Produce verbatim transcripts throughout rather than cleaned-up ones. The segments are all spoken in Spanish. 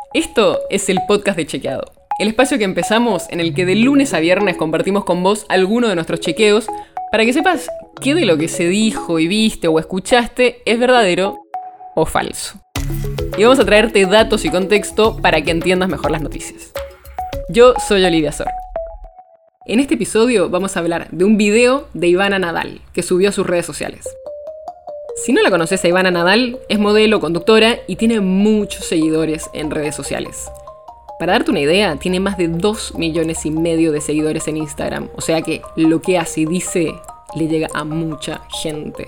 Esto es el podcast de Chequeado, el espacio que empezamos en el que de lunes a viernes compartimos con vos alguno de nuestros chequeos para que sepas qué de lo que se dijo y viste o escuchaste es verdadero o falso. Y vamos a traerte datos y contexto para que entiendas mejor las noticias. Yo soy Olivia Sor. En este episodio vamos a hablar de un video de Ivana Nadal que subió a sus redes sociales. Si no la conoces a Ivana Nadal, es modelo, conductora y tiene muchos seguidores en redes sociales. Para darte una idea, tiene más de dos millones y medio de seguidores en Instagram, o sea que lo que hace y dice le llega a mucha gente.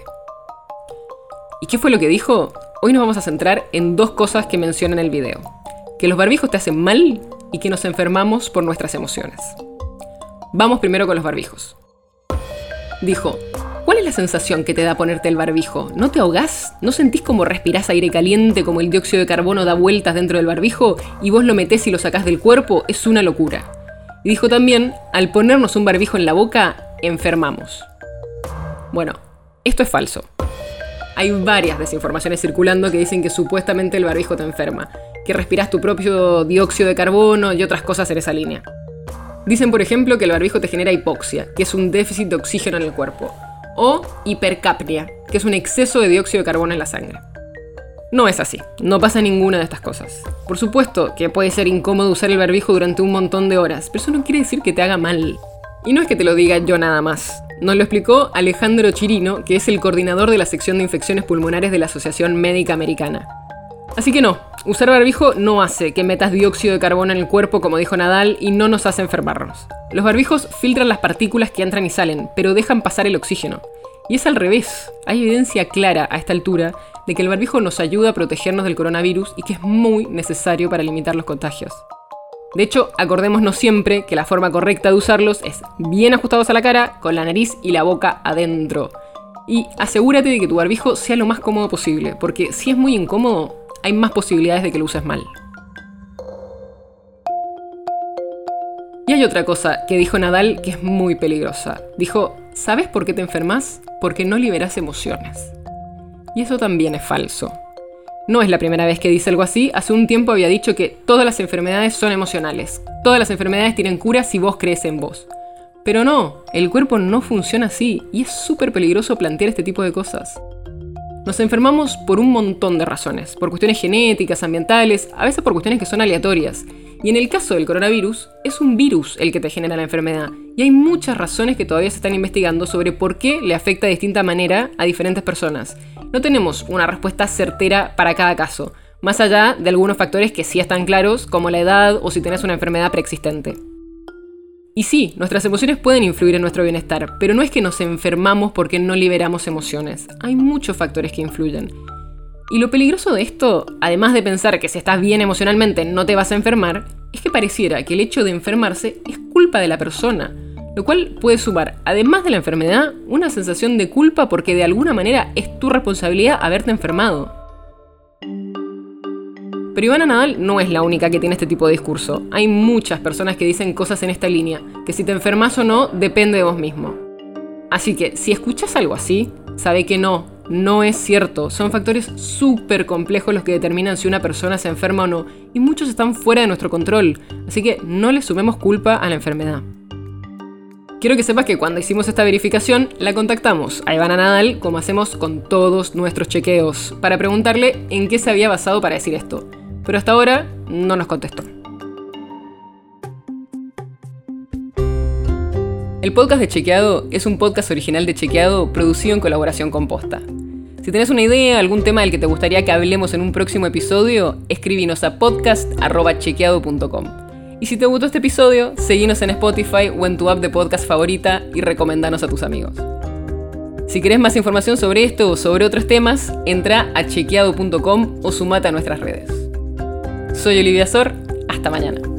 ¿Y qué fue lo que dijo? Hoy nos vamos a centrar en dos cosas que menciona en el video: que los barbijos te hacen mal y que nos enfermamos por nuestras emociones. Vamos primero con los barbijos. Dijo: ¿cuál es la sensación que te da ponerte el barbijo? ¿No te ahogás? ¿No sentís como respirás aire caliente, como el dióxido de carbono da vueltas dentro del barbijo y vos lo metés y lo sacás del cuerpo? Es una locura. Y dijo también: al ponernos un barbijo en la boca, enfermamos. Bueno, esto es falso. Hay varias desinformaciones circulando que dicen que supuestamente el barbijo te enferma, que respirás tu propio dióxido de carbono y otras cosas en esa línea. Dicen, por ejemplo, que el barbijo te genera hipoxia, que es un déficit de oxígeno en el cuerpo, o hipercapnia, que es un exceso de dióxido de carbono en la sangre. No es así, no pasa ninguna de estas cosas. Por supuesto que puede ser incómodo usar el barbijo durante un montón de horas, pero eso no quiere decir que te haga mal. Y no es que te lo diga yo nada más. Nos lo explicó Alejandro Chirino, que es el coordinador de la sección de infecciones pulmonares de la Asociación Médica Americana. Así que no, usar barbijo no hace que metas dióxido de carbono en el cuerpo, como dijo Nadal, y no nos hace enfermarnos. Los barbijos filtran las partículas que entran y salen, pero dejan pasar el oxígeno. Y es al revés. Hay evidencia clara a esta altura de que el barbijo nos ayuda a protegernos del coronavirus y que es muy necesario para limitar los contagios. De hecho, acordémonos siempre que la forma correcta de usarlos es bien ajustados a la cara, con la nariz y la boca adentro. Y asegúrate de que tu barbijo sea lo más cómodo posible, porque si es muy incómodo, hay más posibilidades de que lo uses mal. Y hay otra cosa que dijo Nadal que es muy peligrosa. Dijo: ¿sabes por qué te enfermas? Porque no liberás emociones. Y eso también es falso. No es la primera vez que dice algo así. Hace un tiempo había dicho que todas las enfermedades son emocionales. Todas las enfermedades tienen cura si vos crees en vos. Pero no, el cuerpo no funciona así y es súper peligroso plantear este tipo de cosas. Nos enfermamos por un montón de razones, por cuestiones genéticas, ambientales, a veces por cuestiones que son aleatorias. Y en el caso del coronavirus, es un virus el que te genera la enfermedad. Y hay muchas razones que todavía se están investigando sobre por qué le afecta de distinta manera a diferentes personas. No tenemos una respuesta certera para cada caso, más allá de algunos factores que sí están claros, como la edad o si tenés una enfermedad preexistente. Y sí, nuestras emociones pueden influir en nuestro bienestar, pero no es que nos enfermamos porque no liberamos emociones. Hay muchos factores que influyen. Y lo peligroso de esto, además de pensar que si estás bien emocionalmente no te vas a enfermar, es que pareciera que el hecho de enfermarse es culpa de la persona, lo cual puede sumar, además de la enfermedad, una sensación de culpa porque de alguna manera es tu responsabilidad haberte enfermado. Pero Ivana Nadal no es la única que tiene este tipo de discurso. Hay muchas personas que dicen cosas en esta línea, que si te enfermas o no depende de vos mismo. Así que si escuchás algo así, sabe que no, no es cierto. Son factores súper complejos los que determinan si una persona se enferma o no, y muchos están fuera de nuestro control, así que no le sumemos culpa a la enfermedad. Quiero que sepas que cuando hicimos esta verificación, la contactamos a Ivana Nadal, como hacemos con todos nuestros chequeos, para preguntarle en qué se había basado para decir esto. Pero hasta ahora no nos contestó. El podcast de Chequeado es un podcast original de Chequeado producido en colaboración con Posta. Si tenés una idea, algún tema del que te gustaría que hablemos en un próximo episodio, escribinos a podcast arroba chequeado punto com. Y si te gustó este episodio, seguinos en Spotify o en tu app de podcast favorita y recomendanos a tus amigos. Si querés más información sobre esto o sobre otros temas, entra a chequeado punto com o sumate a nuestras redes. Soy Olivia Sor, hasta mañana.